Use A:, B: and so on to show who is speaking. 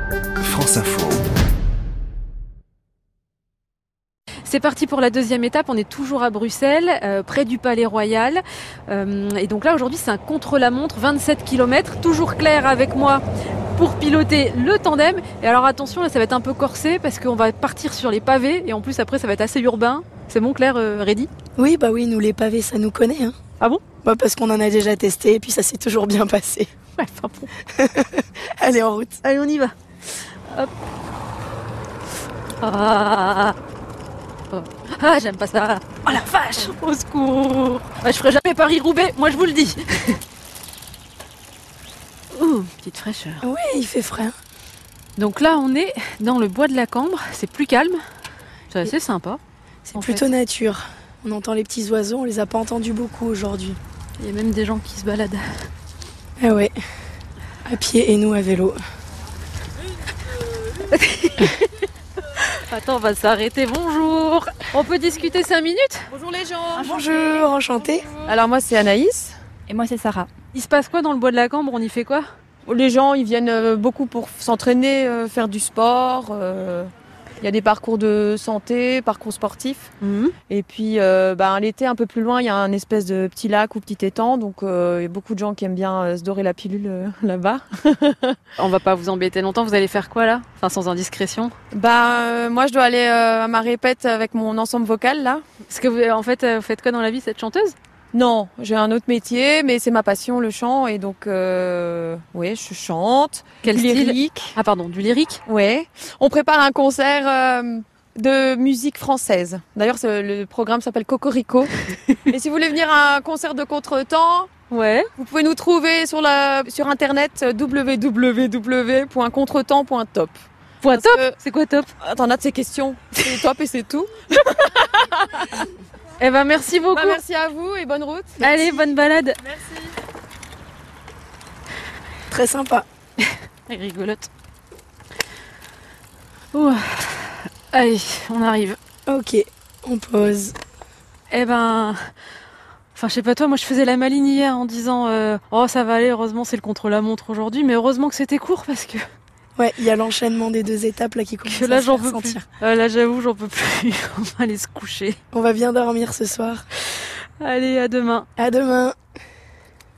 A: France Info.
B: C'est parti pour la deuxième étape, on est toujours à Bruxelles, près du Palais Royal. Et donc là aujourd'hui c'est un contre-la-montre, 27 km, toujours Claire avec moi pour piloter le tandem. Et alors attention, là ça va être un peu corsé parce qu'on va partir sur les pavés et en plus après ça va être assez urbain. C'est bon Claire, ready ?
C: Oui, bah oui, nous les pavés ça nous connaît. Hein.
B: Ah bon ?
C: Bah parce qu'on en a déjà testé et puis ça s'est toujours bien passé.
B: Ouais, enfin bon.
C: Allez en route.
B: Allez on y va. Hop. Ah, j'aime pas ça. Oh la vache, au secours. Bah, je ferai jamais Paris-Roubaix, moi je vous le dis. Ouh, petite fraîcheur.
C: Oui, il fait frais. Hein.
B: Donc là, on est dans le bois de la Cambre, c'est plus calme. C'est assez sympa.
C: C'est plutôt nature. On entend les petits oiseaux, on les a pas entendus beaucoup aujourd'hui.
B: Il y a même des gens qui se baladent.
C: Ah ouais, à pied et nous à vélo.
B: Attends, on va s'arrêter, bonjour. On peut discuter 5 minutes ?
D: Bonjour les gens.
C: Bonjour, enchantée.
D: Alors moi c'est Anaïs.
E: Et moi c'est Sarah.
B: Il se passe quoi dans le bois de la Cambre ? On y fait quoi ?
D: Les gens ils viennent beaucoup pour s'entraîner, faire du sport. Il y a des parcours de santé, parcours sportifs. Et puis l'été un peu plus loin il y a un espèce de petit lac ou petit étang. Donc il y a beaucoup de gens qui aiment bien se dorer la pilule là-bas.
B: On va pas vous embêter longtemps, vous allez faire quoi là ? Enfin sans indiscrétion.
D: Moi je dois aller à ma répète avec mon ensemble vocal là.
B: Parce que vous faites quoi dans la vie, cette chanteuse ?
D: Non, j'ai un autre métier, mais c'est ma passion, le chant, et donc, je chante.
B: Quel
D: du
B: style ?
D: lyrique.
B: Ah pardon, du lyrique ?
D: Ouais. On prépare un concert de musique française. D'ailleurs, le programme s'appelle Cocorico. Et si vous voulez venir à un concert de contretemps,
B: Ouais.
D: vous pouvez nous trouver sur internet www.contretemps.top.
B: Point
D: Parce
B: top
D: que-
B: C'est quoi top ?
D: T'en as de ces questions. C'est top et c'est tout.
B: Eh ben merci beaucoup.
D: Merci à vous et bonne route.
B: Allez, bonne balade.
D: Merci.
C: Très sympa.
B: Elle rigolote. Ouh. Allez, on arrive.
C: Ok, on pose.
B: Eh ben... Enfin, je sais pas toi, moi je faisais la maligne hier en disant oh ça va aller, heureusement c'est le contre-la-montre aujourd'hui, mais heureusement que c'était court parce que
C: Ouais, il y a l'enchaînement des deux étapes là qui commence
B: là
C: à se
B: j'en
C: faire
B: peux plus.
C: sentir.
B: Là j'avoue j'en peux plus. On va aller se coucher.
C: On va bien dormir ce soir.
B: Allez, à demain.
C: À demain.